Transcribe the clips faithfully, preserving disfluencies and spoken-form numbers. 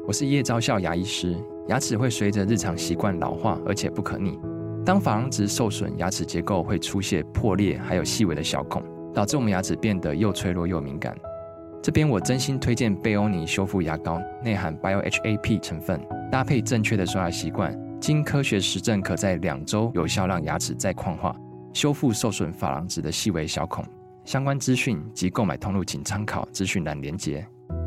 我是叶昭孝牙医师。牙齿会随着日常习惯老化，而且不可逆。当珐琅质受损，牙齿结构会出现破裂，还有细微的小孔，导致我们牙齿变得又脆弱又敏感。这边我真心推荐贝欧尼修复牙膏，内含 B I O H A P 成分，搭配正确的刷牙习惯，经科学实证可在两周有效让牙齿再矿化，修复受损珐琅质的细微小孔。相关资讯及购买通路请参考资讯栏连结。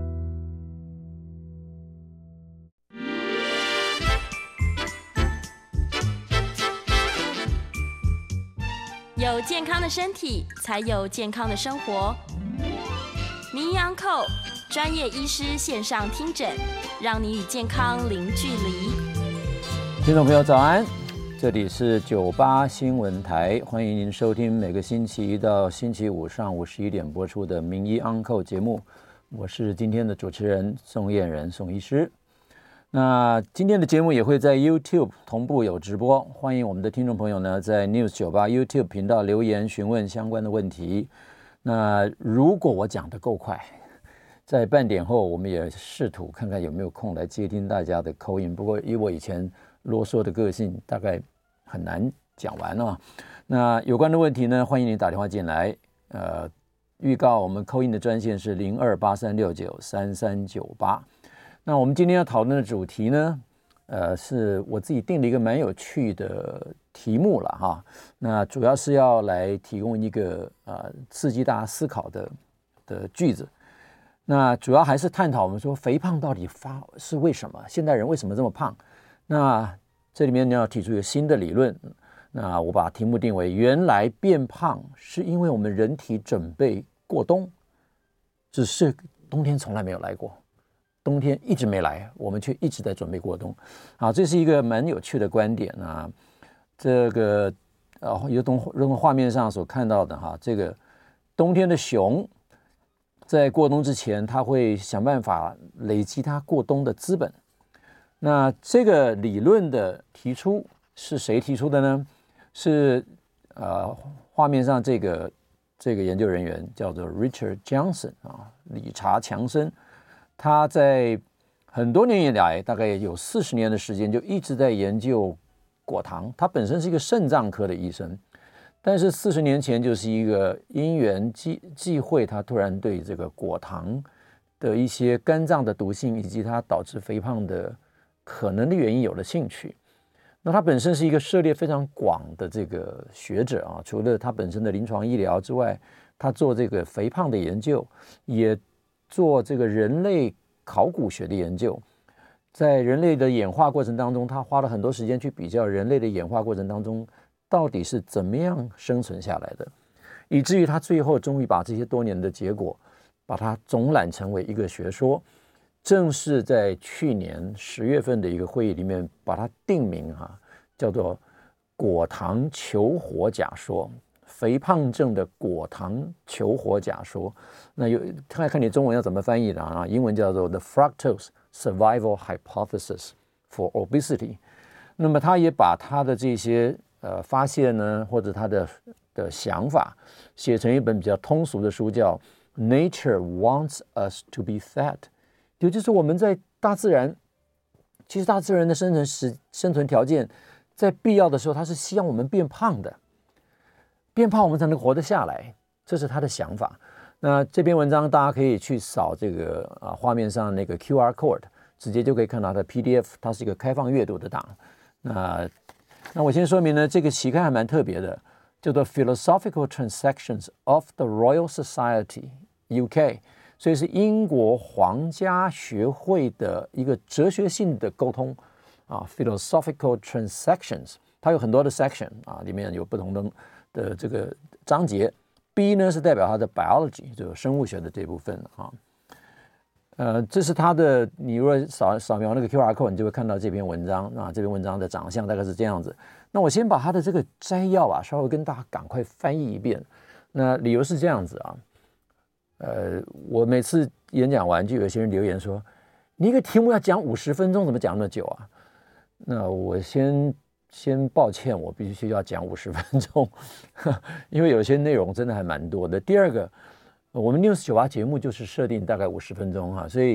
有健康的身体，才有健康的生活。名医安扣专业医师线上听诊，让你与健康零距离。 听众朋友早安，这里是九八新闻台，欢迎您收听每个星期一到星期五上午十一点播出的名医安扣节目。我是今天的主持人宋燕人宋医师。那今天的节目也会在 YouTube 同步有直播，欢迎我们的听众朋友呢在 News 九八 YouTube 频道留言询问相关的问题。那如果我讲得够快，在半点后我们也试图看看有没有空来接听大家的 call in， 不过以我以前啰嗦的个性，大概很难讲完啊。那有关的问题呢，欢迎你打电话进来。呃，预告我们 call in 的专线是零二八三六九三三九八。那我们今天要讨论的主题呢，呃，是我自己定了一个蛮有趣的题目了哈。那主要是要来提供一个呃刺激大家思考的的句子。那主要还是探讨我们说肥胖到底发是为什么？现代人为什么这么胖？那这里面你要提出一个新的理论。那我把题目定为：原来变胖是因为我们人体准备过冬，只是冬天从来没有来过。冬天一直没来，我们却一直在准备过冬。好，这是一个蛮有趣的观点啊。这个呃，由动从画面上所看到的哈，这个冬天的熊在过冬之前，它会想办法累积它过冬的资本。那这个理论的提出是谁提出的呢？是呃，画面上这个这个研究人员叫做 Richard Johnson 啊，理查强森。他在很多年以来，大概有四十年的时间，就一直在研究果糖。他本身是一个肾脏科的医生，但是四十年前就是一个因缘际际会，他突然对这个果糖的一些肝脏的毒性以及它导致肥胖的可能的原因有了兴趣。那他本身是一个涉猎非常广的这个学者啊，除了他本身的临床医疗之外，他做这个肥胖的研究，也做这个人类考古学的研究。在人类的演化过程当中，他花了很多时间去比较人类的演化过程当中到底是怎么样生存下来的，以至于他最后终于把这些多年的结果把它总揽成为一个学说。正是在去年十月份的一个会议里面把它定名哈、啊，叫做果糖求活假说，肥胖症的果糖求活假说。那有看看你中文要怎么翻译的啊？英文叫做 The Fructose Survival Hypothesis for Obesity。那么他也把他的这些呃发现呢，或者他的的想法，写成一本比较通俗的书，叫 Nature Wants Us to Be Fat。也就是我们在大自然，其实大自然的生存时生存条件，在必要的时候，它是希望我们变胖的。变胖我们才能活得下来，这是他的想法。那这篇文章大家可以去扫这个啊画面上那个 Q R code， 直接就可以看到它的 P D F， 它是一个开放阅读的档。那那我先说明呢，这个期刊还蛮特别的，叫做 Philosophical Transactions of the Royal Society U K， 所以是英国皇家学会的一个哲学性的沟通啊 ，Philosophical Transactions， 它有很多的 section 啊，里面有不同的。的这个章节 B 呢是代表它的 biology， 就是生物学的这部分啊。呃，这是它的，你如果扫扫描那个 Q R code， 你就会看到这篇文章啊。这篇文章的长相大概是这样子。那我先把它的这个摘要啊，稍微跟大家赶快翻译一遍。那理由是这样子啊，呃，我每次演讲完，就有些人留言说，你一个题目要讲五十分钟，怎么讲那么久啊？那我先。先抱歉，我必须要讲五十分钟，因为有些内容真的还蛮多的。第二个，我们 News 九八节目就是设定大概五十分钟哈，所以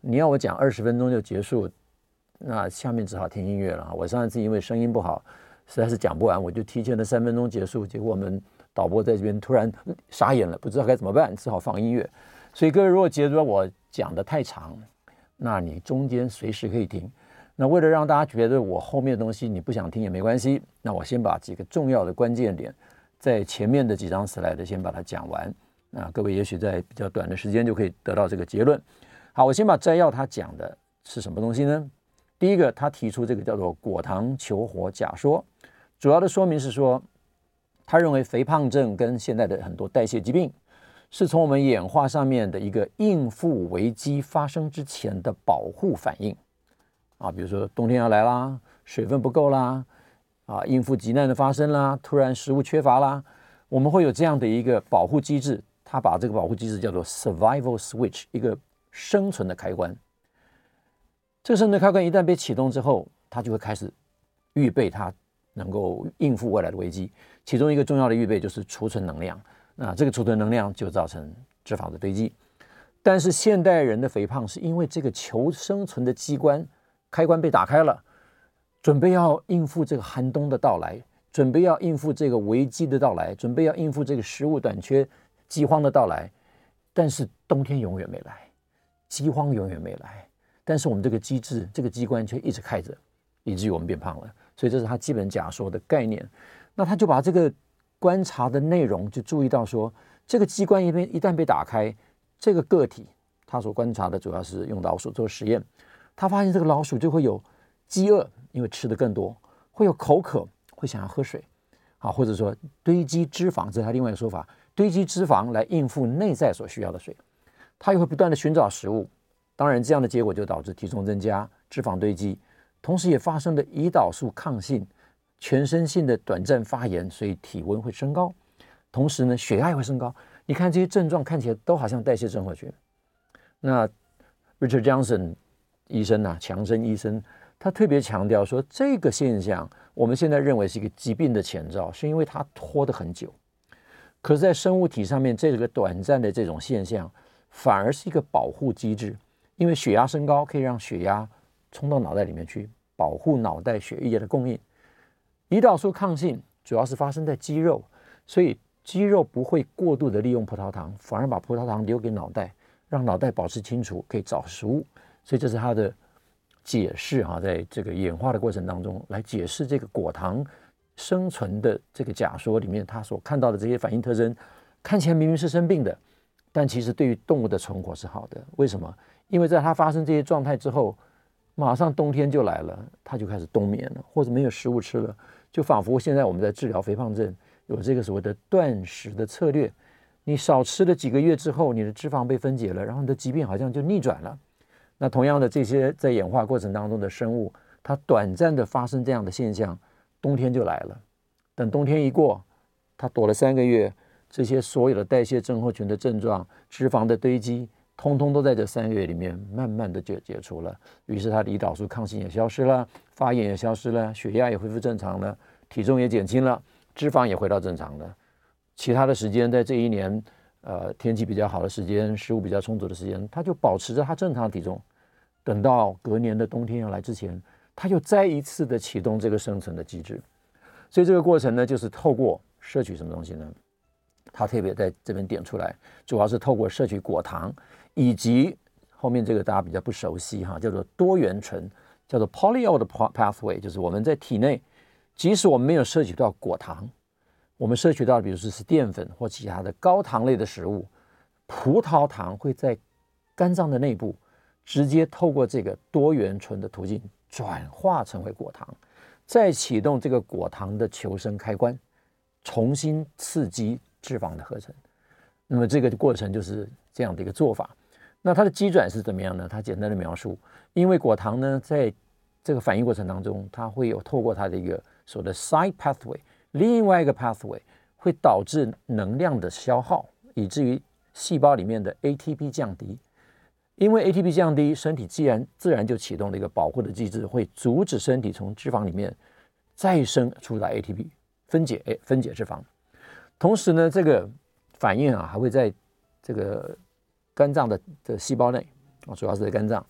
你要我讲二十分钟就结束，那下面只好听音乐了。我上一次因为声音不好，实在是讲不完，我就提前了三分钟结束，结果我们导播在这边突然傻眼了，不知道该怎么办，只好放音乐。所以各位如果觉得我讲得太长，那你中间随时可以停。那为了让大家觉得我后面的东西你不想听也没关系，那我先把几个重要的关键点在前面的几张slide先把它讲完。那各位也许在比较短的时间就可以得到这个结论。好，我先把摘要他讲的是什么东西呢？第一个，他提出这个叫做果糖求活假说，主要的说明是说，他认为肥胖症跟现在的很多代谢疾病是从我们演化上面的一个应付危机发生之前的保护反应啊，比如说冬天要来啦，水分不够啦，啊，应付急难的发生啦，突然食物缺乏啦，我们会有这样的一个保护机制。他把这个保护机制叫做 survival switch， 一个生存的开关。这个生存的开关一旦被启动之后，它就会开始预备它能够应付未来的危机。其中一个重要的预备就是储存能量，那这个储存能量就造成脂肪的堆积。但是现代人的肥胖是因为这个求生存的机关开关被打开了，准备要应付这个寒冬的到来，准备要应付这个危机的到来，准备要应付这个食物短缺饥荒的到来，但是冬天永远没来，饥荒永远没来，但是我们这个机制这个机关却一直开着，以至于我们变胖了。所以这是他基本假说的概念。那他就把这个观察的内容就注意到说，这个机关一一旦被打开，这个个体他所观察的主要是用老鼠做实验，他发现这个老鼠就会有饥饿，因为吃的更多，会有口渴，会想要喝水啊，或者说堆积脂肪，这是他另外一个说法，堆积脂肪来应付内在所需要的水，它也会不断的寻找食物。当然这样的结果就导致体重增加，脂肪堆积，同时也发生了胰岛素抗性，全身性的短暂发炎，所以体温会升高，同时呢血压也会升高。你看这些症状看起来都好像代谢症候群。那 Richard Johnson 医生啊，强生医生，他特别强调说，这个现象我们现在认为是一个疾病的前兆，是因为它拖得很久。可是在生物体上面，这个短暂的这种现象反而是一个保护机制，因为血压升高可以让血压冲到脑袋里面去，保护脑袋血液的供应。胰岛素抗性主要是发生在肌肉，所以肌肉不会过度的利用葡萄糖，反而把葡萄糖留给脑袋，让脑袋保持清楚，可以找食物。所以这是它的解释啊，在这个演化的过程当中来解释这个果糖生存的这个假说里面，他所看到的这些反应特征，看起来明明是生病的，但其实对于动物的存活是好的。为什么？因为在它发生这些状态之后，马上冬天就来了，它就开始冬眠了，或者没有食物吃了，就仿佛现在我们在治疗肥胖症有这个所谓的断食的策略，你少吃了几个月之后，你的脂肪被分解了，然后你的疾病好像就逆转了。那同样的，这些在演化过程当中的生物，它短暂的发生这样的现象，冬天就来了。等冬天一过，它躲了三个月，这些所有的代谢症候群的症状、脂肪的堆积，通通都在这三个月里面慢慢的就解除了。于是它的胰岛素抗性也消失了，发炎也消失了，血压也恢复正常了，体重也减轻了，脂肪也回到正常了。其他的时间在这一年呃，天气比较好的时间，食物比较充足的时间，它就保持着它正常的体重。等到隔年的冬天要来之前，它又再一次的启动这个生存的机制。所以这个过程呢，就是透过摄取什么东西呢？它特别在这边点出来，主要是透过摄取果糖，以及后面这个大家比较不熟悉哈，叫做多元醇，叫做 polyol 的 pathway， 就是我们在体内，即使我们没有摄取到果糖，我们摄取到比如说是淀粉或其他的高糖类的食物，葡萄糖会在肝脏的内部直接透过这个多元醇的途径转化成为果糖，再启动这个果糖的求生开关，重新刺激脂肪的合成。那么这个过程就是这样的一个做法。那它的机转是怎么样呢？它简单的描述，因为果糖呢在这个反应过程当中，它会有透过它的一个所谓的 side pathway， 另外一个 pathway 会导致能量的消耗，以至于细胞里面的 A T P 降低。因为 A T P 降低，身体既然自然就启动了一个保护的机制，会阻止身体从脂肪里面再生出来 A T P 分解分解脂肪。同时呢，这个反应啊还会在这个肝脏的的细胞内，主要是在肝脏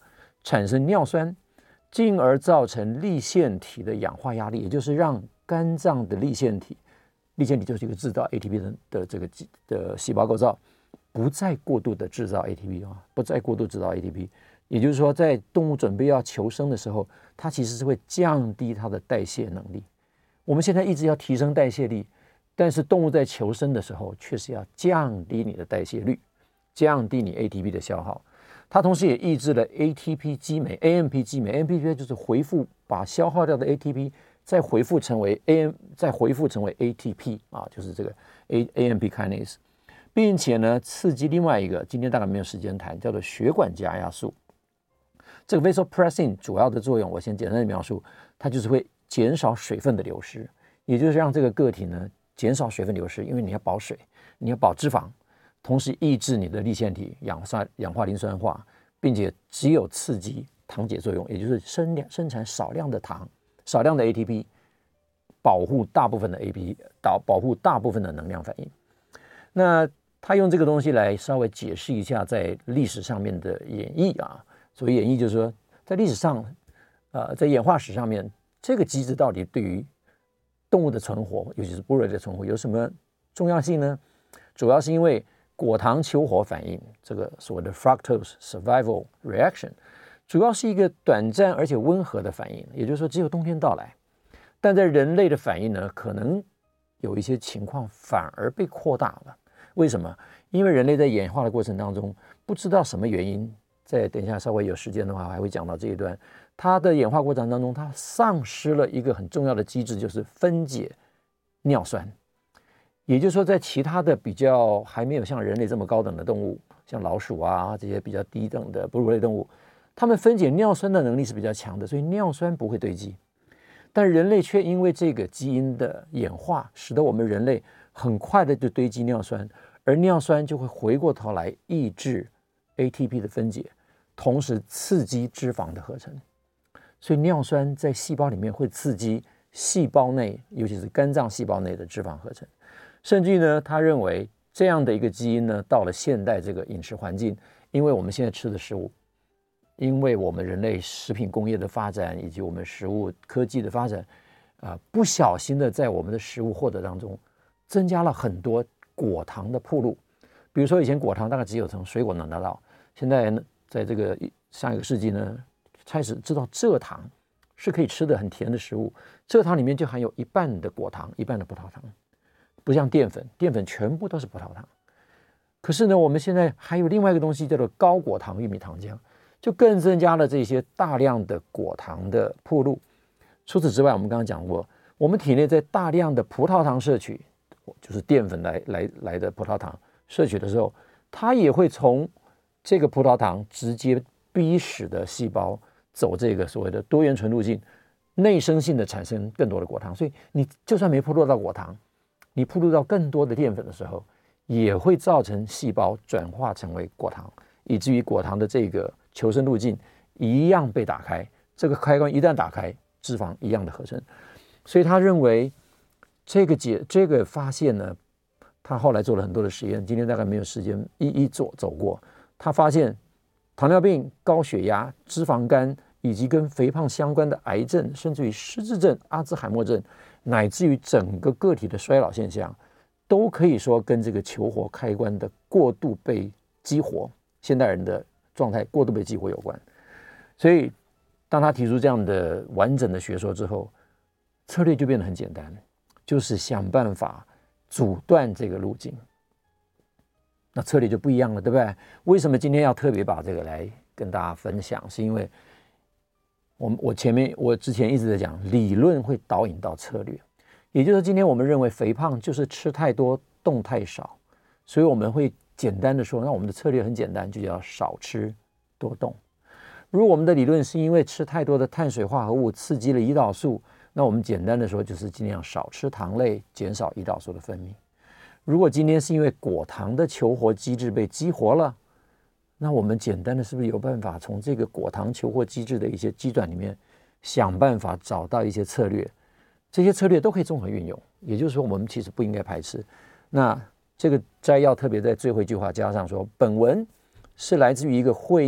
产生尿酸，进而造成粒腺体的氧化压力，也就是让肝脏的粒腺体，粒腺体就是一个制造 A T P 的, 的这个的细胞构造，不再过度的制造 A T P 啊，不再过度制造 A T P， 也就是说，在动物准备要求生的时候，它其实是会降低它的代谢能力。我们现在一直要提升代谢力，但是动物在求生的时候，确实要降低你的代谢率，降低你 A T P 的消耗。它同时也抑制了 A T P 激酶 A M P 激酶 A M P 就是回复，把消耗掉的 A T P 再回复成为 A M 再回复成为 A T P 啊，就是这个 A AMP kinase， 并且呢刺激另外一个，今天大概没有时间谈，叫做血管加压素。这个 vasopressin 主要的作用，我先简单的描述，它就是会减少水分的流失，也就是让这个个体呢减少水分流失，因为你要保水，你要保脂肪。同时抑制你的粒腺体氧化氧化磷酸化，并且只有刺激糖解作用，也就是生生产少量的糖、少量的 A T P， 保护大部分的 A P P， 保护大部分的能量反应。那他用这个东西来稍微解释一下在历史上面的演绎啊，所谓演绎就是说，在历史上，呃，在演化史上面，这个机制到底对于动物的存活，尤其是哺乳类的存活有什么重要性呢？主要是因为果糖求活反应，这个所谓的 fructose survival reaction， 主要是一个短暂而且温和的反应，也就是说只有冬天到来。但在人类的反应呢，可能有一些情况反而被扩大了。为什么？因为人类在演化的过程当中，不知道什么原因，在等一下稍微有时间的话，还会讲到这一段。它的演化过程当中，它丧失了一个很重要的机制，就是分解尿酸。也就是说，在其他的比较还没有像人类这么高等的动物，像老鼠啊这些比较低等的哺乳类动物，它们分解尿酸的能力是比较强的，所以尿酸不会堆积。但人类却因为这个基因的演化，使得我们人类很快的就堆积尿酸，而尿酸就会回过头来抑制 A T P 的分解，同时刺激脂肪的合成。所以尿酸在细胞里面会刺激细胞内，尤其是肝脏细胞内的脂肪合成。甚至于呢，他认为这样的一个基因呢，到了现代这个饮食环境，因为我们现在吃的食物，因为我们人类食品工业的发展以及我们食物科技的发展，啊、呃，不小心的在我们的食物获得当中，增加了很多果糖的暴露。比如说以前果糖大概只有从水果能拿到，现在呢，在这个上一个世纪呢，开始知道蔗糖是可以吃的很甜的食物，蔗糖里面就含有一半的果糖，一半的葡萄糖。不像淀粉，淀粉全部都是葡萄糖。可是呢，我们现在还有另外一个东西叫做高果糖玉米糖浆，就更增加了这些大量的果糖的暴露。除此之外，我们刚刚讲过，我们体内在大量的葡萄糖摄取，就是淀粉来来来的葡萄糖摄取的时候，它也会从这个葡萄糖直接逼使的细胞走这个所谓的多元醇路径，内生性的产生更多的果糖。所以你就算没暴露到果糖，你暴露到更多的淀粉的时候，也会造成细胞转化成为果糖，以至于果糖的这个求生路径一样被打开。这个开关一旦打开，脂肪一样的合成。所以他认为这个解这个发现呢，他后来做了很多的实验，今天大概没有时间一一做走过。他发现糖尿病、高血压、脂肪肝以及跟肥胖相关的癌症，甚至于失智症、阿兹海默症，乃至于整个个体的衰老现象，都可以说跟这个求活开关的过度被激活，现代人的状态过度被激活有关。所以当他提出这样的完整的学说之后，策略就变得很简单，就是想办法阻断这个路径。那策略就不一样了，对不对？为什么今天要特别把这个来跟大家分享？是因为我我前面我之前一直在讲，理论会导引到策略，也就是说，今天我们认为肥胖就是吃太多动太少，所以我们会简单的说，那我们的策略很简单，就叫少吃多动。如果我们的理论是因为吃太多的碳水化合物刺激了胰岛素，那我们简单的说就是尽量少吃糖类，减少胰岛素的分泌。如果今天是因为果糖的求活机制被激活了，那我们简单的是不是有办法从这个果糖求活机制的一些机转里面想办法找到一些策略？这些策略都可以综合运用，也就是说我们其实不应该排斥。那这个摘要特别在最后一句话加上说，本文是来自于一个会议，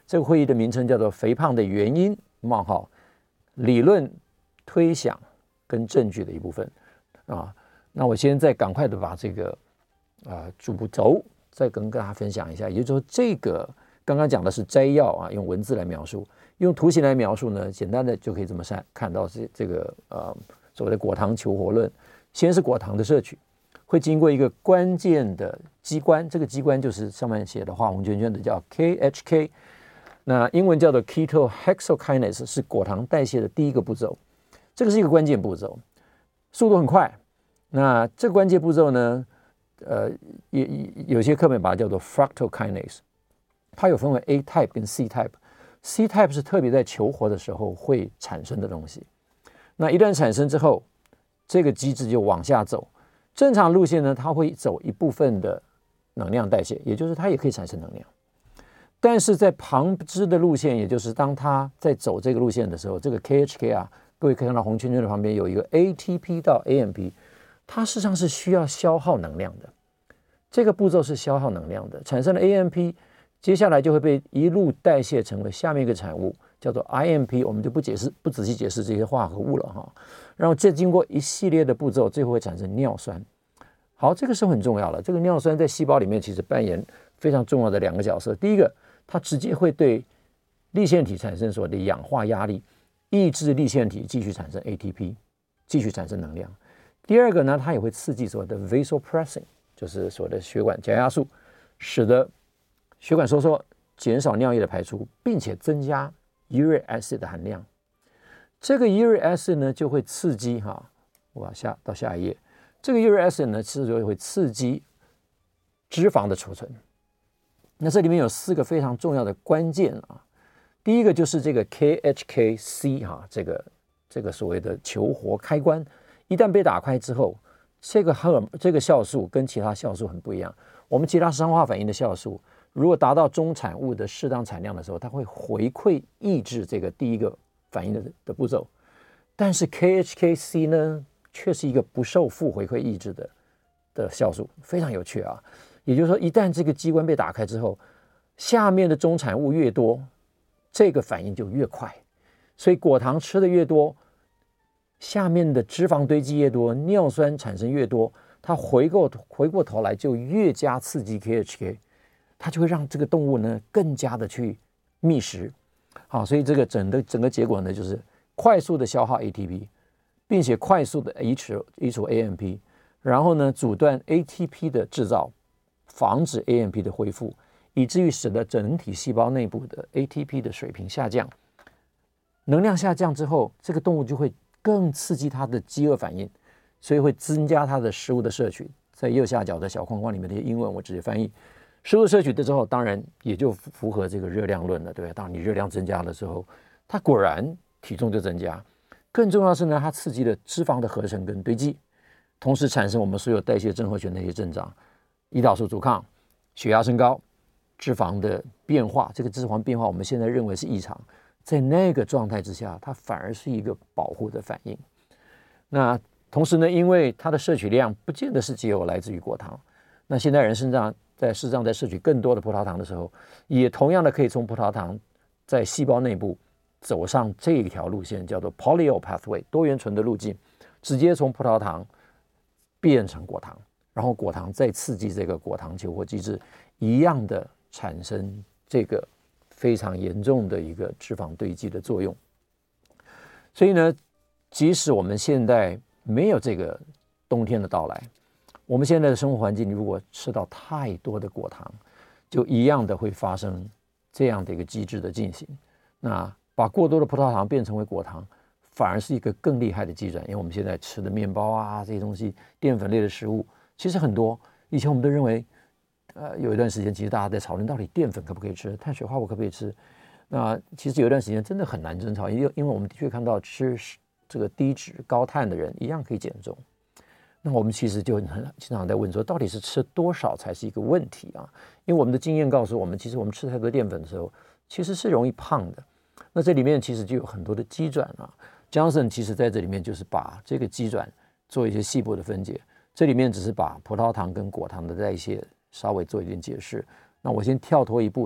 这个会议的名称叫做肥胖的原因冒号理论推想跟证据的一部分啊。那我现在赶快的把这个啊主轴再跟大家分享一下，也就是说这个刚刚讲的是摘要啊，用文字来描述，用图形来描述呢，简单的就可以这么看到这这个呃所谓的果糖求活论。先是果糖的摄取会经过一个关键的机关，这个机关就是上面写的画红圈圈的叫 K H K， 那英文叫做 ketohexokinase， 是果糖代谢的第一个步骤，这个是一个关键步骤，速度很快。那这个关键步骤呢，呃，也有些课本把它叫做 fructokinase， 它有分为 A type 跟 C type，C type 是特别在求活的时候会产生的东西，那一旦产生之后，这个机制就往下走。正常路线呢，它会走一部分的能量代谢，也就是它也可以产生能量。但是在旁支的路线，也就是当它在走这个路线的时候，这个 K H K 啊，各位可以看到红圈圈的旁边有一个 A T P 到 A M P， 它事实上是需要消耗能量的。这个步骤是消耗能量的，产生了 A M P， 接下来就会被一路代谢成了下面一个产物，叫做 I M P， 我们就不解释不仔细解释这些化合物了哈。然后这经过一系列的步骤，最后会产生尿酸。好，这个是很重要的。这个尿酸在细胞里面其实扮演非常重要的两个角色。第一个，它直接会对粒线体产生所谓的氧化压力，抑制粒线体继续产生 A T P， 继续产生能量。第二个呢，它也会刺激所谓的 vasopressin， 就是所谓的血管加压素，使得血管收缩，减少尿液的排出，并且增加 uric acid 的含量。这个 uric acid 呢，就会刺激哈，我下到下一页。这个 uric acid 呢，其实就会刺激脂肪的储存。那这里面有四个非常重要的关键啊。第一个就是这个 K H K C 哈，这个这个所谓的求活开关，一旦被打开之后，这个荷尔这个酵素跟其他酵素很不一样。我们其他生化反应的酵素，如果达到中产物的适当产量的时候，它会回馈抑制这个第一个反应 的, 的步骤。但是 K H K C 呢，却是一个不受负回馈抑制的的酵素，非常有趣啊。也就是说，一旦这个机关被打开之后，下面的中产物越多，这个反应就越快。所以果糖吃的越多，下面的脂肪堆积越多，尿酸产生越多，它回过回过头来就越加刺激 K H K， 它就会让这个动物呢更加的去觅食。好，所以这个整个整个结果呢，就是快速的消耗 A T P， 并且快速的移除移除 A M P， 然后呢阻断 A T P 的制造，防止 A M P 的恢复，以至于使得整体细胞内部的 A T P 的水平下降。能量下降之后，这个动物就会更刺激它的饥饿反应，所以会增加它的食物的摄取。在右下角的小框框里面的英文我直接翻译，食物摄取的之后，当然也就符合这个热量论了，对吧？当你热量增加了之后，它果然体重就增加。更重要的是呢，它刺激了脂肪的合成跟堆积，同时产生我们所有代谢症候群的一些症状，胰岛素阻抗、血压升高、脂肪的变化。这个脂肪变化我们现在认为是异常，在那个状态之下，它反而是一个保护的反应。那同时呢，因为它的摄取量不见得是只有来自于果糖，那现代人身上在事实上在摄取更多的葡萄糖的时候，也同样的可以从葡萄糖在细胞内部走上这一条路线，叫做 polyol pathway 多元醇的路径，直接从葡萄糖变成果糖，然后果糖再刺激这个果糖求活机制，一样的产生这个非常严重的一个脂肪堆积的作用。所以呢，即使我们现在没有这个冬天的到来，我们现在的生活环境如果吃到太多的果糖，就一样的会发生这样的一个机制的进行。那把过多的葡萄糖变成为果糖，反而是一个更厉害的机转。因为我们现在吃的面包啊，这些东西淀粉类的食物其实很多，以前我们都认为呃，有一段时间其实大家在讨论到底淀粉可不可以吃，碳水化合物可不可以吃。那其实有一段时间真的很难争吵，因为因为我们的确看到吃这个低脂高碳的人一样可以减重。那我们其实就很经常在问说，到底是吃多少才是一个问题啊？因为我们的经验告诉我们，其实我们吃太多淀粉的时候，其实是容易胖的。那这里面其实就有很多的机转啊。Johnson 其实在这里面就是把这个机转做一些细部的分解，这里面只是把葡萄糖跟果糖的代谢稍微做一点解释。那我先跳脱一步，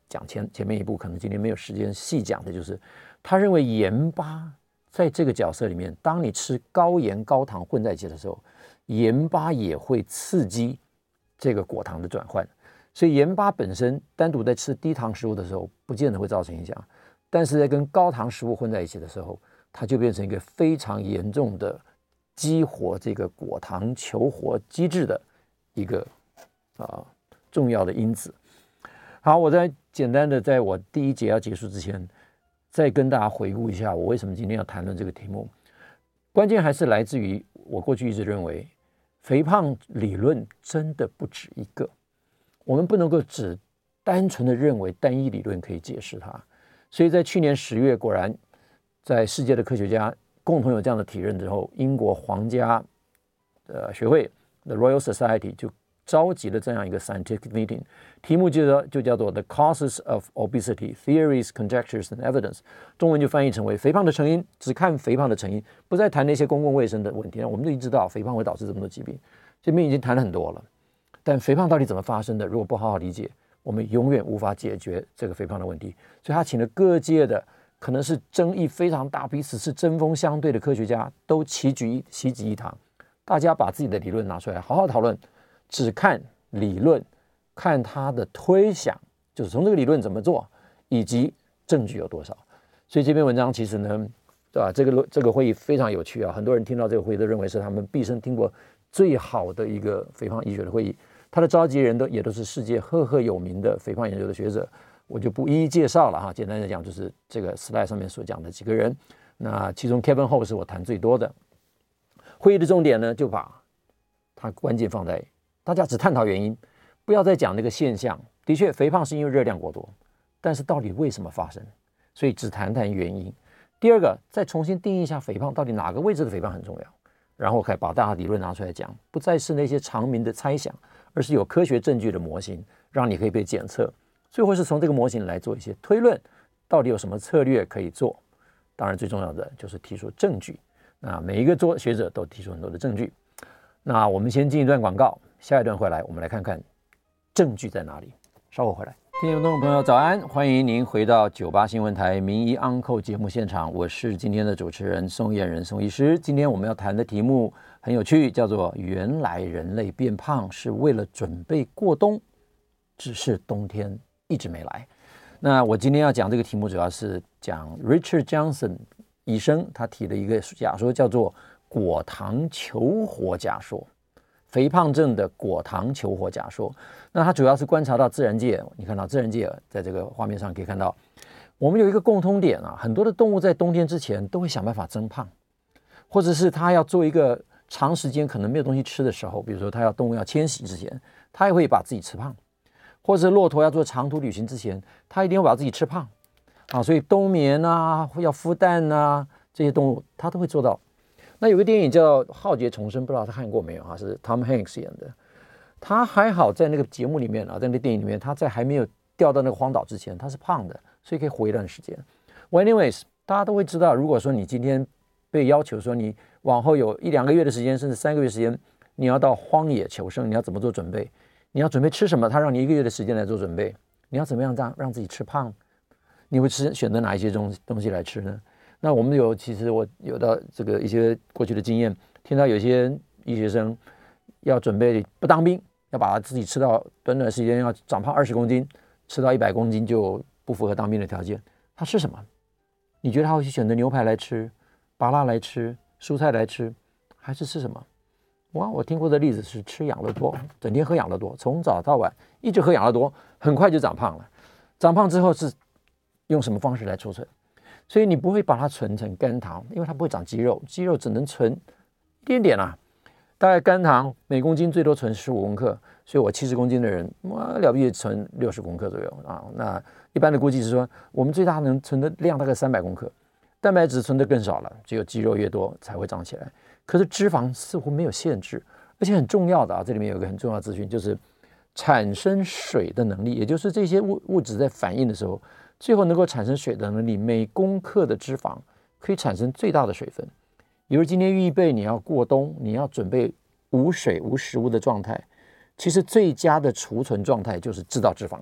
讲前前面一步，可能今天没有时间细讲的，就是他认为盐巴在这个角色里面，当你吃高盐高糖混在一起的时候，盐巴也会刺激这个果糖的转换。所以盐巴本身单独在吃低糖食物的时候，不见得会造成影响，但是在跟高糖食物混在一起的时候，它就变成一个非常严重的激活这个果糖求活机制的一个啊重要的因子。好，我再简单的在我第一节要结束之前，再跟大家回顾一下我为什么今天要谈论这个题目。关键还是来自于我过去一直认为，肥胖理论真的不止一个，我们不能够只单纯的认为单一理论可以解释它。所以在去年十月，果然在世界的科学家共同有这样的体认之后，英国皇家呃学会 The Royal Society 就召集了这样一个 scientific meeting， 题目就就叫做 The Causes of Obesity: Theories, Conjectures and Evidence， 中文就翻译成为肥胖的成因，只看肥胖的成因，不再谈那些公共卫生的问题。我们就已经知道肥胖会导致这么多疾病，这边已经谈了很多了。但肥胖到底怎么发生的，如果不好好理解，我们永远无法解决这个肥胖的问题。所以他请了各界的，可能是争议非常大、彼此是针锋相对的科学家，都齐聚齐集一堂，大家把自己的理论拿出来好好讨论。只看理论，看它的推想，就是从这个理论怎么做，以及证据有多少。所以这篇文章其实呢，对吧？这个这个会议非常有趣啊，很多人听到这个会议都认为是他们毕生听过最好的一个肥胖医学的会议。他的召集人都也都是世界赫赫有名的肥胖研究的学者，我就不一一介绍了哈。简单的讲，就是这个 slide 上面所讲的几个人。那其中 Kevin Ho 是我谈最多的。会议的重点呢，就把它关键放在大家只探讨原因，不要再讲那个现象。的确，肥胖是因为热量过多，但是到底为什么发生？所以只谈谈原因。第二个，再重新定义一下肥胖，到底哪个位置的肥胖很重要？然后可以把大家理论拿出来讲，不再是那些常民的猜想，而是有科学证据的模型，让你可以被检测。最后是从这个模型来做一些推论，到底有什么策略可以做？当然，最重要的就是提出证据。那每一个做学者都提出很多的证据。那我们先进一段广告，下一段回来，我们来看看证据在哪里。稍后回来。听众朋友早安，欢迎您回到九八新闻台名医 Uncle 节目现场，我是今天的主持人宋晏仁宋医师。今天我们要谈的题目很有趣，叫做原来人类变胖是为了准备过冬，只是冬天一直没来。那我今天要讲这个题目主要是讲 Richard Johnson 医生他提的一个假说，叫做果糖求活假说，肥胖症的果糖求活假说。那它主要是观察到自然界，你看到自然界在这个画面上可以看到，我们有一个共通点啊，很多的动物在冬天之前都会想办法增胖，或者是它要做一个长时间可能没有东西吃的时候，比如说它要动物要迁徙之前，它也会把自己吃胖，或者是骆驼要做长途旅行之前，它一定会把自己吃胖啊。所以冬眠啊，要孵蛋啊，这些动物它都会做到。那有个电影叫《浩劫重生》，不知道他看过没有啊？是 Tom Hanks 演的。他还好在那个节目里面啊，在那个电影里面，他在还没有掉到那个荒岛之前，他是胖的，所以可以活一段时间。Well, anyways， 大家都会知道，如果说你今天被要求说你往后有一两个月的时间，甚至三个月时间，你要到荒野求生，你要怎么做准备？你要准备吃什么？他让你一个月的时间来做准备。你要怎么样让让自己吃胖？你会吃选择哪一些东东西来吃呢？那我们有，其实我有到这个一些过去的经验，听到有些医学生要准备不当兵，要把自己吃到短短时间要长胖二十公斤，吃到一百公斤就不符合当兵的条件。他吃什么？你觉得他会去选择牛排来吃，芭乐来吃，蔬菜来吃，还是吃什么？哇，我听过的例子是吃养乐多，整天喝养乐多，从早到晚一直喝养乐多，很快就长胖了。长胖之后是用什么方式来储存？所以你不会把它存成肝糖，因为它不会长肌肉，肌肉只能存一点点啊。大概肝糖每公斤最多存十五公克，所以我七十公斤的人，哇，了不起存六十公克左右啊。那一般的估计是说，我们最大能存的量大概三百公克，蛋白质存的更少了，只有肌肉越多才会长起来。可是脂肪似乎没有限制，而且很重要的啊，这里面有一个很重要的资讯，就是产生水的能力，也就是这些物物质在反应的时候，最后能够产生水的能力，每公克的脂肪可以产生最大的水分。比如今天预备你要过冬，你要准备无水无食物的状态，其实最佳的储存状态就是制造脂肪，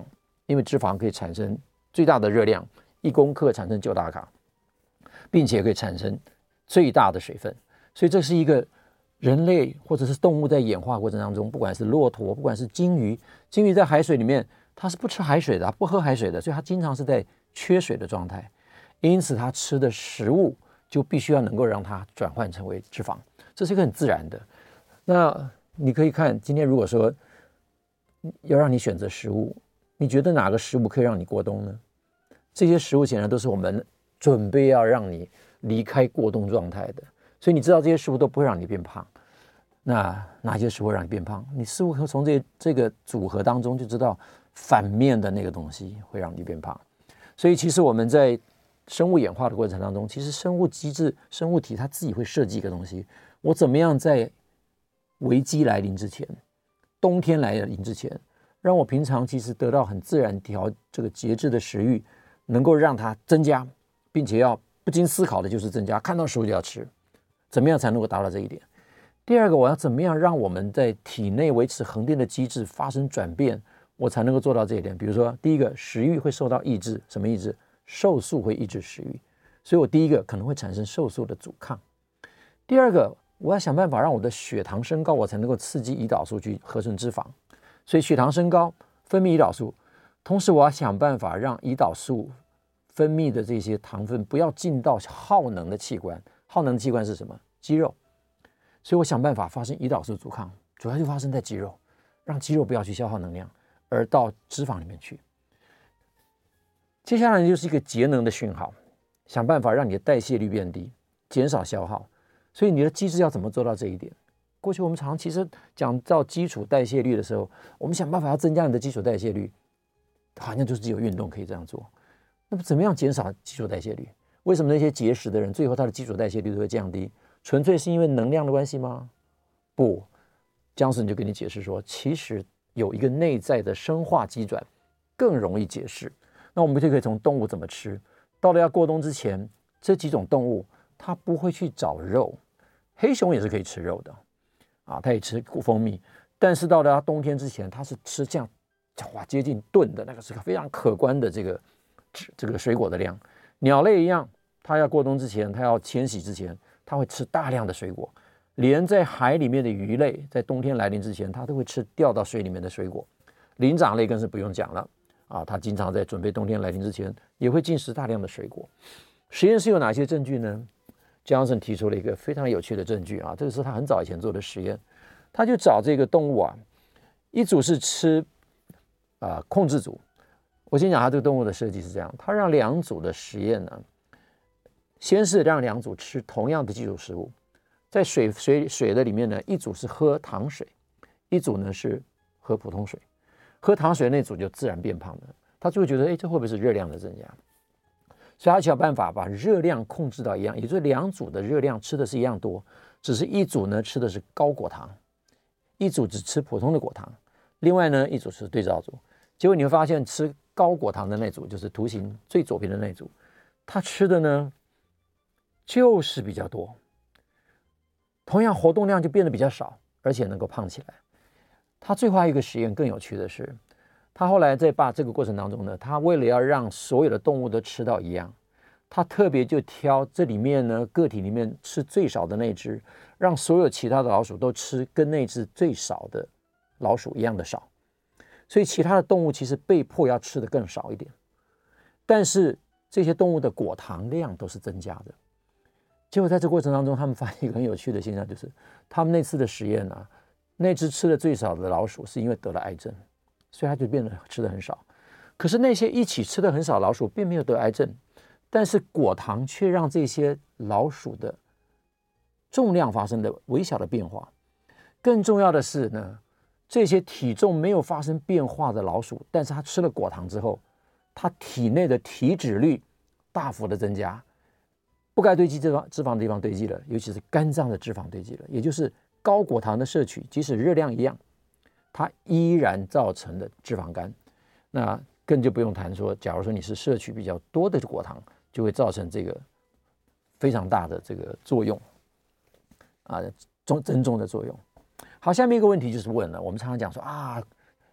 因为脂肪可以产生最大的热量，一公克产生九大卡，并且可以产生最大的水分。所以这是一个人类或者是动物在演化过程当中，不管是骆驼，不管是鲸鱼，鲸鱼在海水里面它是不吃海水的，不喝海水的，所以它经常是在缺水的状态，因此它吃的食物就必须要能够让它转换成为脂肪，这是一个很自然的。那你可以看，今天如果说要让你选择食物，你觉得哪个食物可以让你过冬呢？这些食物显然都是我们准备要让你离开过冬状态的，所以你知道这些食物都不会让你变胖。那哪些食物会让你变胖？你似乎从这这个组合当中就知道反面的那个东西会让你变胖。所以其实我们在生物演化的过程当中，其实生物机制、生物体它自己会设计一个东西，我怎么样在危机来临之前，冬天来临之前，让我平常其实得到很自然调这个节制的食欲，能够让它增加，并且要不经思考的就是增加，看到食物就要吃，怎么样才能够达到这一点？第二个，我要怎么样让我们在体内维持恒定的机制发生转变，我才能够做到这一点？比如说，第一个，食欲会受到抑制，什么抑制？瘦素会抑制食欲，所以我第一个可能会产生瘦素的阻抗。第二个，我要想办法让我的血糖升高，我才能够刺激胰岛素去合成脂肪，所以血糖升高，分泌胰岛素，同时我要想办法让胰岛素分泌的这些糖分不要进到耗能的器官，耗能的器官是什么？肌肉。所以我想办法发生胰岛素阻抗，主要就发生在肌肉，让肌肉不要去消耗能量，而到脂肪里面去。接下来就是一个节能的讯号，想办法让你的代谢率变低，减少消耗。所以你的机制要怎么做到这一点？过去我们常常其实讲到基础代谢率的时候，我们想办法要增加你的基础代谢率，好像就是只有运动可以这样做。那么怎么样减少基础代谢率？为什么那些节食的人最后他的基础代谢率都会降低？纯粹是因为能量的关系吗？不，江森就跟你解释说，其实有一个内在的生化机转更容易解释。那我们就可以从动物怎么吃，到了要过冬之前，这几种动物它不会去找肉，黑熊也是可以吃肉的啊，它也吃蜂蜜，但是到了它冬天之前，它是吃这样哇接近吨的那个是个非常可观的这个这个水果的量。鸟类一样，它要过冬之前，它要迁徙之前，它会吃大量的水果，连在海里面的鱼类在冬天来临之前，它都会吃掉到水里面的水果。灵长类更是不用讲了啊，它经常在准备冬天来临之前也会进食大量的水果。实验室有哪些证据呢？江森提出了一个非常有趣的证据啊，这个是他很早以前做的实验，他就找这个动物啊，一组是吃啊、呃、控制组。我先讲他这个动物的设计是这样，他让两组的实验呢，先是让两组吃同样的基础食物，在水水水的里面呢，一组是喝糖水，一组呢是喝普通水。喝糖水那组就自然变胖了，他就会觉得，哎，这会不会是热量的增加？所以他想办法把热量控制到一样，也就是两组的热量吃的是一样多，只是一组呢吃的是高果糖，一组只吃普通的果糖，另外呢一组是对照组。结果你会发现，吃高果糖的那组，就是图形最左边的那组，他吃的呢就是比较多，同样活动量就变得比较少，而且能够胖起来。他最后一个实验更有趣的是，他后来在把这个过程当中呢，他为了要让所有的动物都吃到一样，他特别就挑这里面呢个体里面吃最少的那只，让所有其他的老鼠都吃跟那只最少的老鼠一样的少，所以其他的动物其实被迫要吃的更少一点，但是这些动物的果糖量都是增加的。结果在这过程当中，他们发现一个很有趣的现象，就是他们那次的实验啊，那只吃的最少的老鼠是因为得了癌症，所以它就变得吃的很少。可是那些一起吃的很少的老鼠并没有得癌症，但是果糖却让这些老鼠的重量发生了微小的变化。更重要的是呢，这些体重没有发生变化的老鼠，但是它吃了果糖之后，它体内的体脂率大幅的增加，不该堆积脂肪脂肪的地方堆积了，尤其是肝脏的脂肪堆积了，也就是高果糖的摄取，即使热量一样，它依然造成了脂肪肝。那更就不用谈说，假如说你是摄取比较多的果糖，就会造成这个非常大的这个作用啊，增重的作用。好，下面一个问题就是问了，我们常常讲说啊，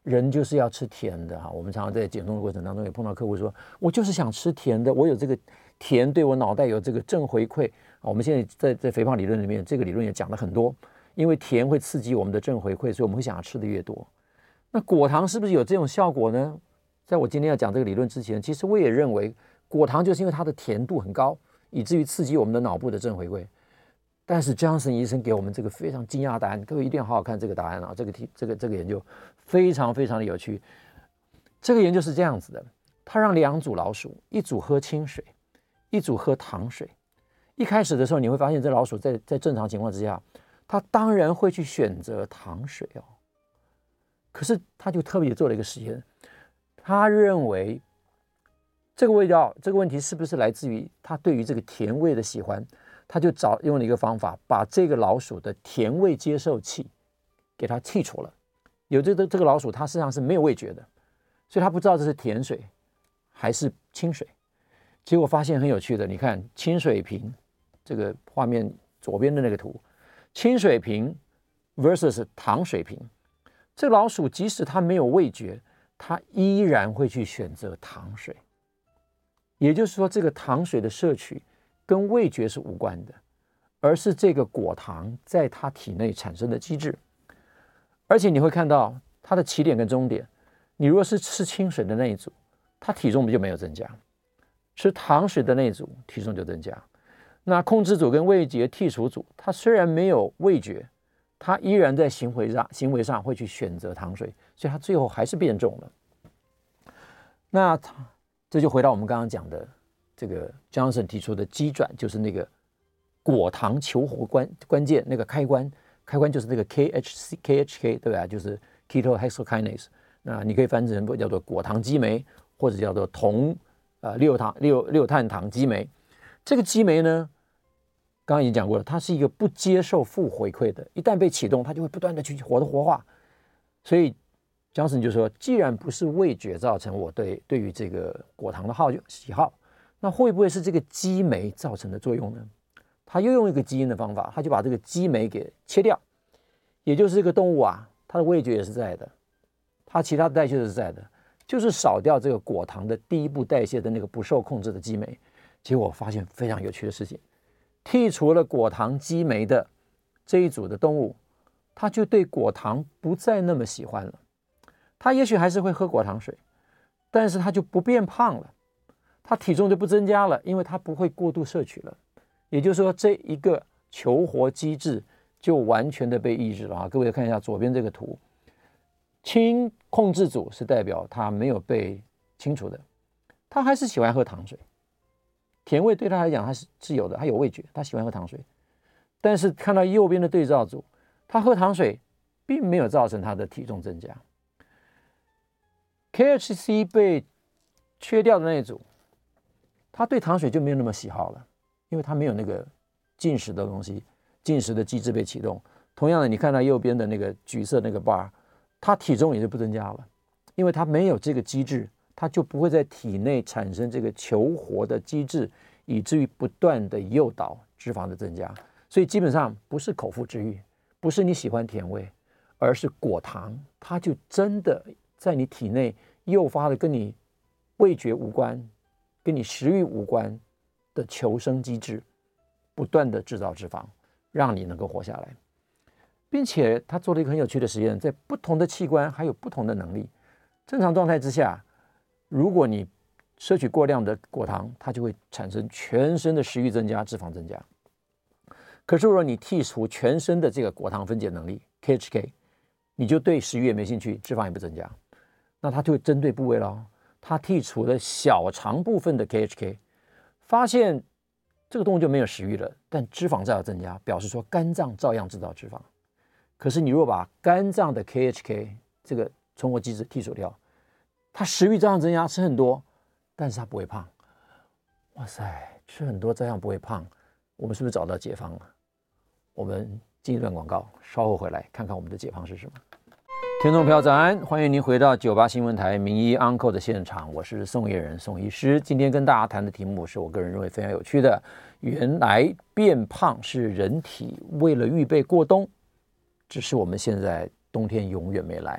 人就是要吃甜的哈。我们常常在减重的过程当中也碰到客户说，我就是想吃甜的，我有这个甜对我脑袋有这个正回馈。我们现在在在肥胖理论里面，这个理论也讲了很多，因为甜会刺激我们的正回馈，所以我们会想要吃的越多。那果糖是不是有这种效果呢？在我今天要讲这个理论之前，其实我也认为果糖就是因为它的甜度很高，以至于刺激我们的脑部的正回馈。但是 Johnson 医生给我们这个非常惊讶的答案，各位一定要好好看这个答案啊！这个题这个这个研究非常非常的有趣。这个研究是这样子的，他让两组老鼠，一组喝清水，一组喝糖水。一开始的时候，你会发现这老鼠在在正常情况之下，它当然会去选择糖水哦。可是他就特别做了一个实验，他认为这个味道这个问题是不是来自于他对于这个甜味的喜欢，他就找用了一个方法，把这个老鼠的甜味接受器给它剔除了。有这个这个老鼠，它实际上是没有味觉的，所以它不知道这是甜水还是清水。结果发现很有趣的，你看清水瓶，这个画面左边的那个图，清水瓶 versus 糖水瓶，这老鼠即使它没有味觉，它依然会去选择糖水。也就是说，这个糖水的摄取跟味觉是无关的，而是这个果糖在它体内产生的机制。而且你会看到它的起点跟终点，你如果是吃清水的那一组，它体重就没有增加；吃糖水的那一组，体重就增加。那控制组跟味觉剔除组，它虽然没有味觉，它依然在行为上行为上会去选择糖水，所以它最后还是变重了。那这就回到我们刚刚讲的这个 Johnson 提出的机转，就是那个果糖求活关关键那个开关，开关就是那个 K H C K H K 对吧？就是 ketohexokinase。那你可以翻成叫做果糖激酶，或者叫做酮呃六糖六六碳糖激酶。这个激酶呢，刚刚已经讲过了，它是一个不接受负回馈的，一旦被启动，它就会不断的去活的活化。所以 Johnson 就说，既然不是味觉造成我对对于这个果糖的好喜好，那会不会是这个激酶造成的作用呢？他又用一个基因的方法，他就把这个激酶给切掉，也就是这个动物啊，它的味觉也是在的，它其他的代谢是在的，就是少掉这个果糖的第一步代谢的那个不受控制的激酶。结果我发现非常有趣的事情，剔除了果糖激酶的这一组的动物，它就对果糖不再那么喜欢了。它也许还是会喝果糖水，但是它就不变胖了，它体重就不增加了，因为它不会过度摄取了。也就是说，这一个求活机制就完全的被抑制了啊！各位看一下左边这个图，氢控制组是代表它没有被清除的，它还是喜欢喝糖水，甜味对他来讲它是是有的，它有味觉，它喜欢喝糖水。但是看到右边的对照组，他喝糖水并没有造成他的体重增加。K H C 被缺掉的那一组，他对糖水就没有那么喜好了，因为他没有那个进食的东西，进食的机制被启动。同样的，你看到右边的那个橘色那个 bar， 他体重也就不增加了，因为他没有这个机制，他就不会在体内产生这个求活的机制，以至于不断的诱导脂肪的增加。所以基本上不是口腹之欲，不是你喜欢甜味，而是果糖，它就真的在你体内诱发了跟你味觉无关、跟你食欲无关的求生机制，不断的制造脂肪，让你能够活下来。并且他做了一个很有趣的实验，在不同的器官还有不同的能力。正常状态之下，如果你摄取过量的果糖，它就会产生全身的食欲增加、脂肪增加。可是如果你剔除全身的这个果糖分解能力 K H K， 你就对食欲也没兴趣，脂肪也不增加。那它就针对部位了，它剔除了小肠部分的 K H K， 发现这个动物就没有食欲了，但脂肪照样增加，表示说肝脏照样制造脂肪。可是你如果把肝脏的 K H K 这个存活机制剔除掉，它食欲照样增加，吃很多，但是它不会胖。哇塞，吃很多照样不会胖，我们是不是找到解方了？我们进一段广告，稍后回来看看我们的解方是什么。听众朋友早安，欢迎您回到九八新闻台名医 Uncle 的现场，我是宋业人宋医师。今天跟大家谈的题目是我个人认为非常有趣的，原来变胖是人体为了预备过冬，只是我们现在冬天永远没来。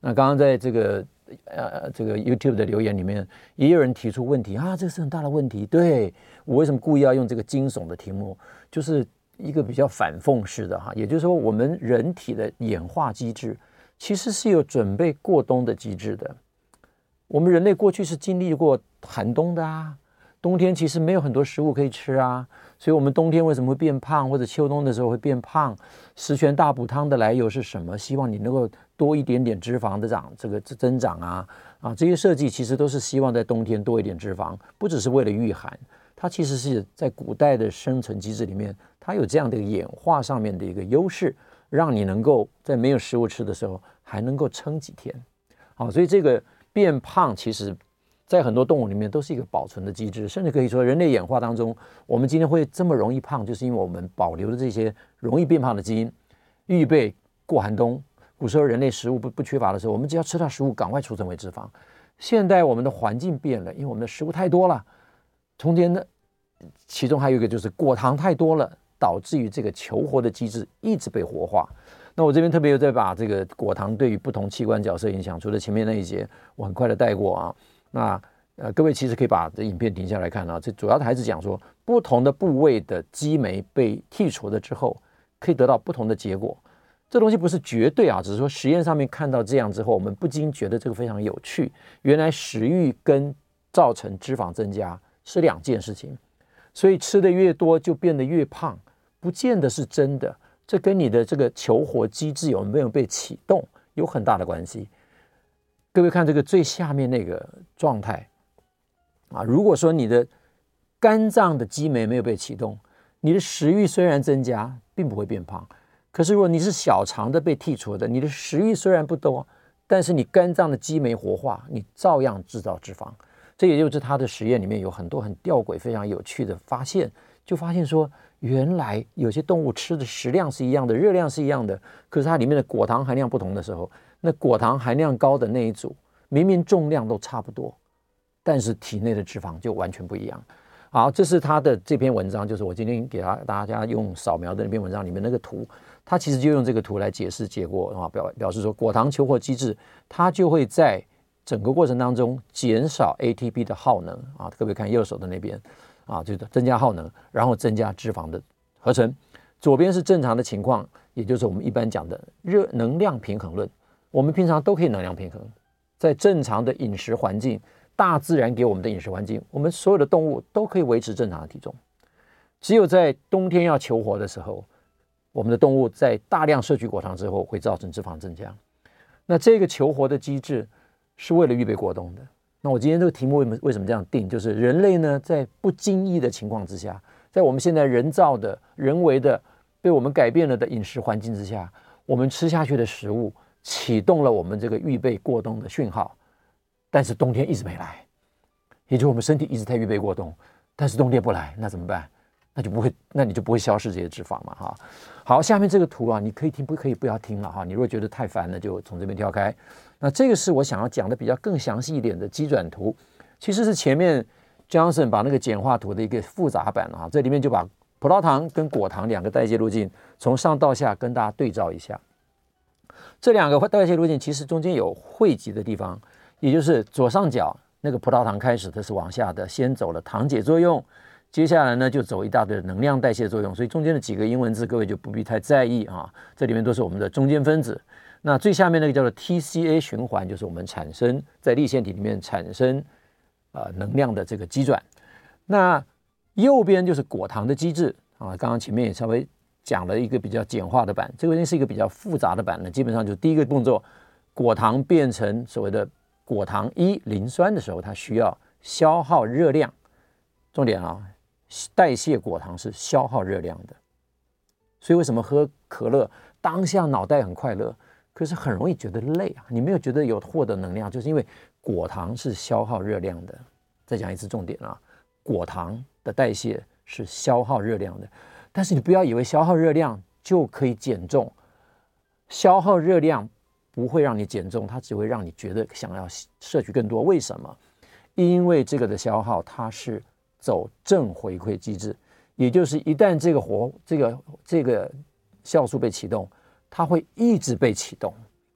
那刚刚在这个呃这个 YouTube 的留言里面，也有人提出问题啊，这是很大的问题。对，我为什么故意要用这个惊悚的题目？就是一个比较反讽式的哈，也就是说，我们人体的演化机制其实是有准备过冬的机制的。我们人类过去是经历过寒冬的啊，冬天其实没有很多食物可以吃啊，所以我们冬天为什么会变胖，或者秋冬的时候会变胖？十全大补汤的来由是什么？希望你能够多一点点脂肪的长这个增长啊啊，这些设计其实都是希望在冬天多一点脂肪，不只是为了御寒，它其实是在古代的生存机制里面，它有这样的演化上面的一个优势，让你能够在没有食物吃的时候还能够撑几天。好，所以这个变胖其实在很多动物里面都是一个保存的机制，甚至可以说人类演化当中，我们今天会这么容易胖，就是因为我们保留了这些容易变胖的基因，预备过寒冬。古时候人类食物 不, 不缺乏的时候，我们只要吃到食物赶快储存为脂肪。现在我们的环境变了，因为我们的食物太多了，中间的其中还有一个就是果糖太多了，导致于这个求活的机制一直被活化。那我这边特别有在把这个果糖对于不同器官角色影响，除了前面那一节我很快的带过啊，那呃各位其实可以把这影片停下来看啊，这主要的还是讲说不同的部位的激酶被剔除了之后，可以得到不同的结果。这东西不是绝对啊，只是说实验上面看到这样之后，我们不禁觉得这个非常有趣。原来食欲跟造成脂肪增加是两件事情，所以吃的越多就变得越胖，不见得是真的。这跟你的这个求活机制有没有被启动有很大的关系。各位看这个最下面那个状态啊，如果说你的肝脏的激酶没有被启动，你的食欲虽然增加，并不会变胖。可是如果你是小肠的被剔除的，你的食欲虽然不多，但是你肝脏的激酶活化，你照样制造脂肪。这也就是他的实验里面有很多很吊诡、非常有趣的发现，就发现说，原来有些动物吃的食量是一样的，热量是一样的，可是它里面的果糖含量不同的时候，那果糖含量高的那一组，明明重量都差不多，但是体内的脂肪就完全不一样。好，这是他的这篇文章，就是我今天给他大家用扫描的那篇文章里面那个图，他其实就用这个图来解释结果啊，表表示说果糖求活机制，它就会在整个过程当中减少 A T P 的耗能啊，各位看右手的那边啊，就是增加耗能，然后增加脂肪的合成。左边是正常的情况，也就是我们一般讲的热能量平衡论，我们平常都可以能量平衡，在正常的饮食环境。大自然给我们的饮食环境，我们所有的动物都可以维持正常的体重。只有在冬天要求活的时候，我们的动物在大量摄取果糖之后，会造成脂肪增加。那这个求活的机制是为了预备过冬的。那我今天这个题目为什么这样定？就是人类呢，在不经意的情况之下，在我们现在人造的、人为的、被我们改变了的饮食环境之下，我们吃下去的食物启动了我们这个预备过冬的讯号。但是冬天一直没来，也就是我们身体一直在预备过冬，但是冬天不来，那怎么办？那就不会，那你就不会消失这些脂肪嘛，哈。好，下面这个图啊，你可以听，不可以不要听了哈。你如果觉得太烦了，就从这边跳开。那这个是我想要讲的比较更详细一点的基转图，其实是前面 Johnson 把那个简化图的一个复杂版啊，这里面就把葡萄糖跟果糖两个代谢路径从上到下跟大家对照一下。这两个代谢路径其实中间有汇集的地方。也就是左上角那个葡萄糖开始它是往下的，先走了糖解作用，接下来呢就走一大堆能量代谢作用，所以中间的几个英文字各位就不必太在意啊，这里面都是我们的中间分子。那最下面那个叫做 T C A 循环，就是我们产生在粒线体里面产生、呃、能量的这个机转。那右边就是果糖的机制啊，刚刚前面也稍微讲了一个比较简化的版，这个是一个比较复杂的版呢，基本上就第一个步骤，果糖变成所谓的果糖一磷酸的时候，它需要消耗热量。重点啊，代谢果糖是消耗热量的。所以为什么喝可乐当下脑袋很快乐，可是很容易觉得累啊？你没有觉得有获得能量，就是因为果糖是消耗热量的。再讲一次重点啊，果糖的代谢是消耗热量的。但是你不要以为消耗热量就可以减重，消耗热量不会让你减重，它只会让你觉得想要摄取更多。为什么？因为这个的消耗它是走正回馈机制，也就是一旦这个活这个这个酵素被启动，它会一直被启动。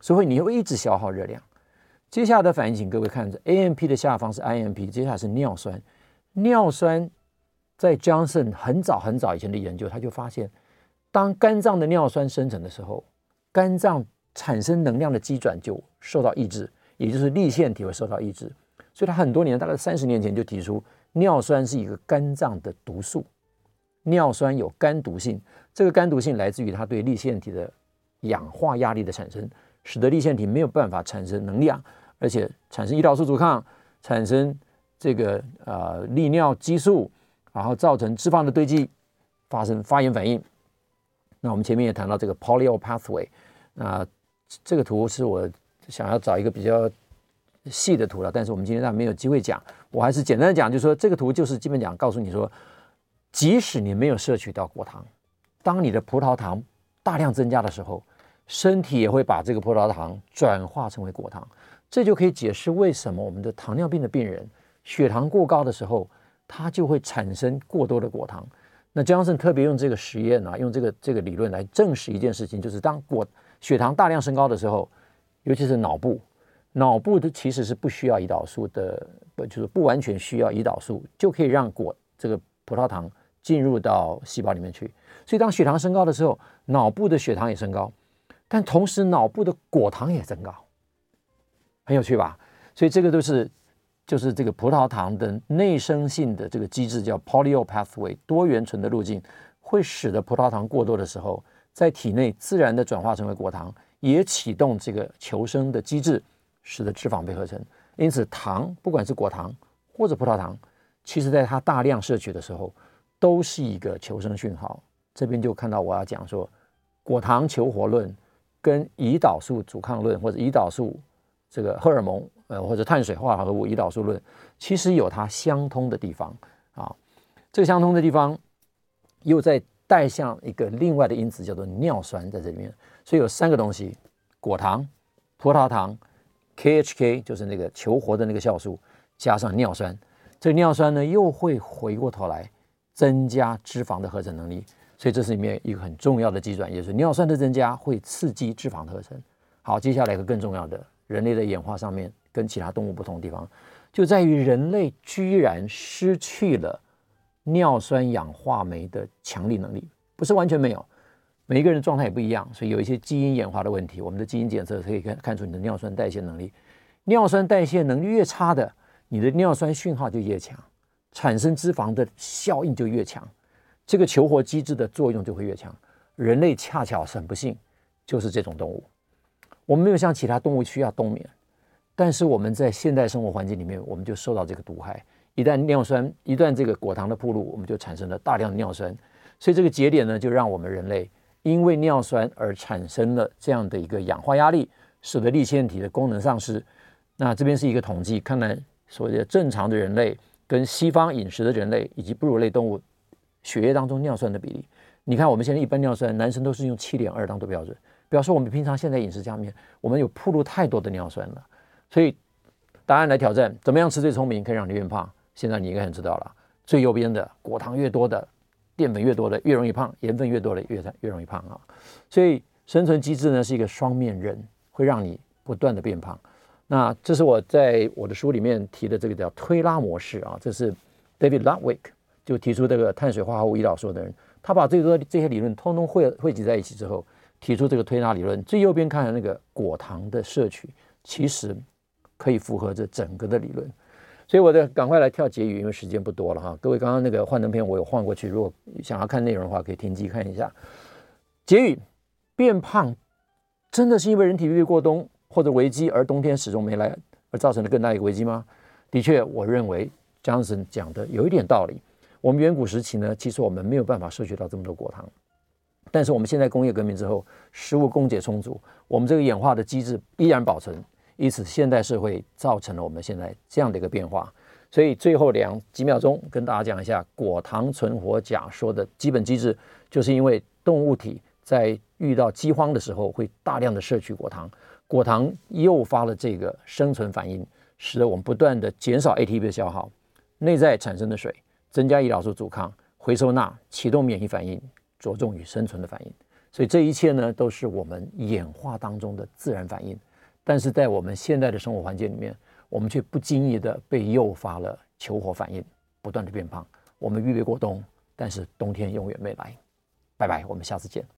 所以你会一直消耗热量。接下来的反应，请各位看着 A M P 的下方是 I M P， 接下来是尿酸。尿酸在 Johnson 很早很早以前的研究，他就发现，当肝脏的尿酸生成的时候，肝脏产生能量的机转就受到抑制，也就是粒线体会受到抑制。所以他很多年，大概三十年前就提出，尿酸是一个肝脏的毒素，尿酸有肝毒性，这个肝毒性来自于它对粒线体的氧化压力的产生，使得粒线体没有办法产生能量，而且产生胰岛素阻抗，产生这个呃利尿激素，然后造成脂肪的堆积，发生发炎反应。那我们前面也谈到这个 polyol pathway， 那这个图是我想要找一个比较细的图了，但是我们今天当然没有机会讲，我还是简单的讲，就是说这个图就是基本讲告诉你说，即使你没有摄取到果糖，当你的葡萄糖大量增加的时候，身体也会把这个葡萄糖转化成为果糖，这就可以解释为什么我们的糖尿病的病人血糖过高的时候，它就会产生过多的果糖。那江森特别用这个实验啊，用这个这个理论来证实一件事情，就是当果血糖大量升高的时候，尤其是脑部，脑部的其实是不需要胰岛素的，就是不完全需要胰岛素，就可以让果这个葡萄糖进入到细胞里面去。所以当血糖升高的时候，脑部的血糖也升高，但同时脑部的果糖也增高，很有趣吧？所以这个都是就是这个葡萄糖的内生性的这个机制叫 polyol pathway 多元醇的路径，会使得葡萄糖过多的时候，在体内自然的转化成为果糖，也启动这个求生的机制，使得脂肪被合成。因此糖不管是果糖或者葡萄糖，其实在它大量摄取的时候都是一个求生讯号。这边就看到我要讲说，果糖求活论跟胰岛素阻抗论或者胰岛素这个荷尔蒙呃或者碳水化合物胰岛素论，其实有它相通的地方啊。这个相通的地方又在带向一个另外的因子叫做尿酸在这里面，所以有三个东西：果糖、葡萄糖、K H K 就是那个求活的那个酵素，加上尿酸。这个尿酸呢又会回过头来增加脂肪的合成能力，所以这是里面一个很重要的机转，也就是尿酸的增加会刺激脂肪的合成。好，接下来一个更重要的，人类的演化上面跟其他动物不同的地方，就在于人类居然失去了尿酸氧化酶的强力能力，不是完全没有，每一个人的状态也不一样，所以有一些基因演化的问题，我们的基因检测可以看看出你的尿酸代谢能力。尿酸代谢能力越差的，你的尿酸讯号就越强，产生脂肪的效应就越强，这个求活机制的作用就会越强。人类恰巧是很不幸，就是这种动物。我们没有像其他动物需要冬眠，但是我们在现代生活环境里面，我们就受到这个毒害。一旦尿酸，一旦这个果糖的暴露，我们就产生了大量的尿酸。所以这个节点呢，就让我们人类因为尿酸而产生了这样的一个氧化压力，使得粒线体的功能丧失。那这边是一个统计，看来所谓的正常的人类跟西方饮食的人类以及哺乳类动物血液当中尿酸的比例，你看我们现在一般尿酸，男生都是用 七点二 当做标准，表示我们平常现在饮食下面，我们有暴露太多的尿酸了。所以答案来挑战，怎么样吃最聪明可以让你变胖？现在你应该很知道了，最右边的果糖越多的，淀粉越多的越容易胖，盐分越多的越越容易胖啊。所以生存机制呢是一个双面刃，会让你不断的变胖。那这是我在我的书里面提的这个叫推拉模式啊，这是 David Ludwig 就提出这个碳水化合物胰岛素的人，他把这个这些理论通通汇汇集在一起之后，提出这个推拉理论。最右边看的那个果糖的摄取，其实可以符合这整个的理论。所以我的赶快来跳结语，因为时间不多了哈。各位刚刚那个幻灯片我有换过去，如果想要看内容的话，可以停机看一下。结语：变胖真的是因为人体日过冬或者危机而冬天始终没来而造成的更大一个危机吗？的确，我认为 Johnson 讲的有一点道理。我们远古时期呢，其实我们没有办法摄取到这么多果糖，但是我们现在工业革命之后，食物供给充足，我们这个演化的机制依然保存。因此现代社会造成了我们现在这样的一个变化。所以最后两几秒钟跟大家讲一下果糖存活假说的基本机制，就是因为动物体在遇到饥荒的时候会大量的摄取果糖，果糖诱发了这个生存反应，使得我们不断的减少 A T P 的消耗，内在产生的水增加胰岛素阻抗，回收钠启动免疫反应，着重于生存的反应。 所以这一切呢，都是我们演化当中的自然反应。但是在我们现在的生活环境里面，我们却不经意的被诱发了求活反应，不断的变胖。我们预备过冬，但是冬天永远没来。拜拜，我们下次见。